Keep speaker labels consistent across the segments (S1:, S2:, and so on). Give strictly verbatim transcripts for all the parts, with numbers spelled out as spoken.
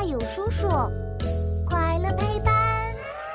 S1: 友叔叔，快乐陪伴。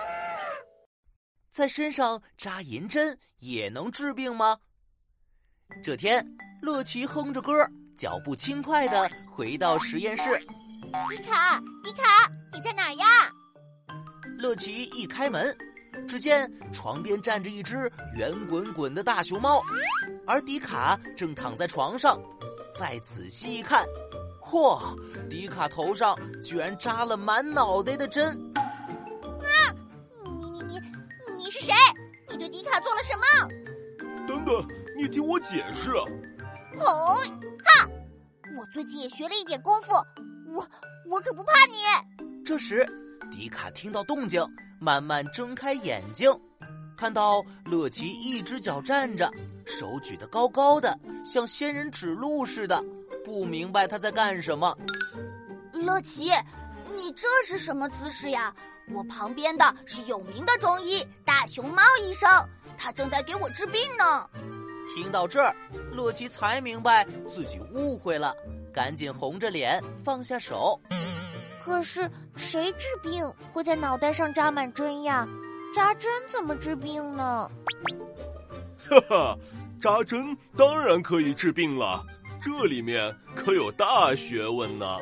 S2: 在身上扎银针也能治病吗？这天，乐奇哼着歌，脚步轻快地回到实验室。
S1: 迪卡，迪卡，你在哪呀？
S2: 乐奇一开门，只见床边站着一只圆滚滚的大熊猫，而迪卡正躺在床上。再仔细一看，嚯，迪卡头上居然扎了满脑袋的针！
S1: 啊！你你你你是谁？你对迪卡做了什么？
S3: 等等，你听我解释。
S1: 哦，哈！我最近也学了一点功夫，我我可不怕你。
S2: 这时，迪卡听到动静，慢慢睁开眼睛，看到乐奇一只脚站着，手举得高高的，像仙人指路似的，不明白他在干什么。
S4: 乐奇，你这是什么姿势呀？我旁边的是有名的中医大熊猫医生，他正在给我治病呢。
S2: 听到这儿，乐奇才明白自己误会了，赶紧红着脸放下手。
S1: 可是谁治病会在脑袋上扎满针呀？扎针怎么治病呢？
S3: 哈哈，扎针当然可以治病了，这里面可有大学问呢。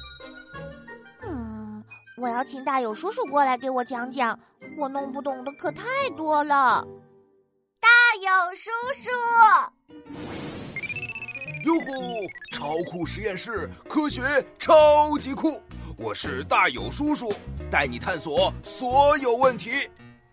S1: 嗯，我要请大友叔叔过来给我讲讲，我弄不懂的可太多了。大友叔叔，
S5: 哟呼！超酷实验室，科学超级酷！我是大友叔叔，带你探索所有问题。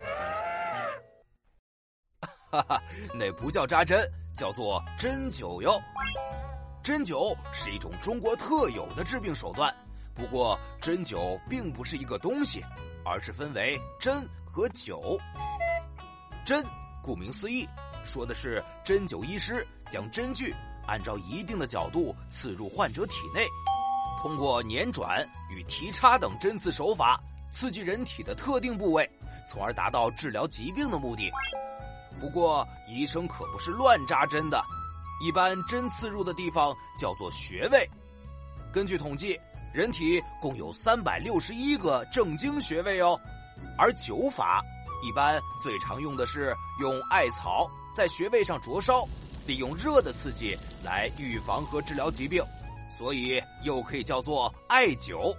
S5: 哈哈，那不叫扎针，叫做针灸哟。针灸是一种中国特有的治病手段，不过针灸并不是一个东西，而是分为针和灸。针顾名思义，说的是针灸医师将针具按照一定的角度刺入患者体内，通过捻转与提插等针刺手法刺激人体的特定部位，从而达到治疗疾病的目的。不过医生可不是乱扎针的，一般针刺入的地方叫做穴位。根据统计，人体共有三百六十一个正经穴位哦。而灸法一般最常用的是用艾草在穴位上灼烧，利用热的刺激来预防和治疗疾病，所以又可以叫做艾灸。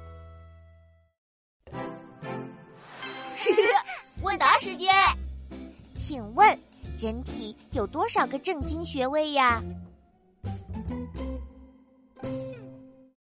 S4: 问答时间，
S1: 请问人体有多少个正经穴位呀？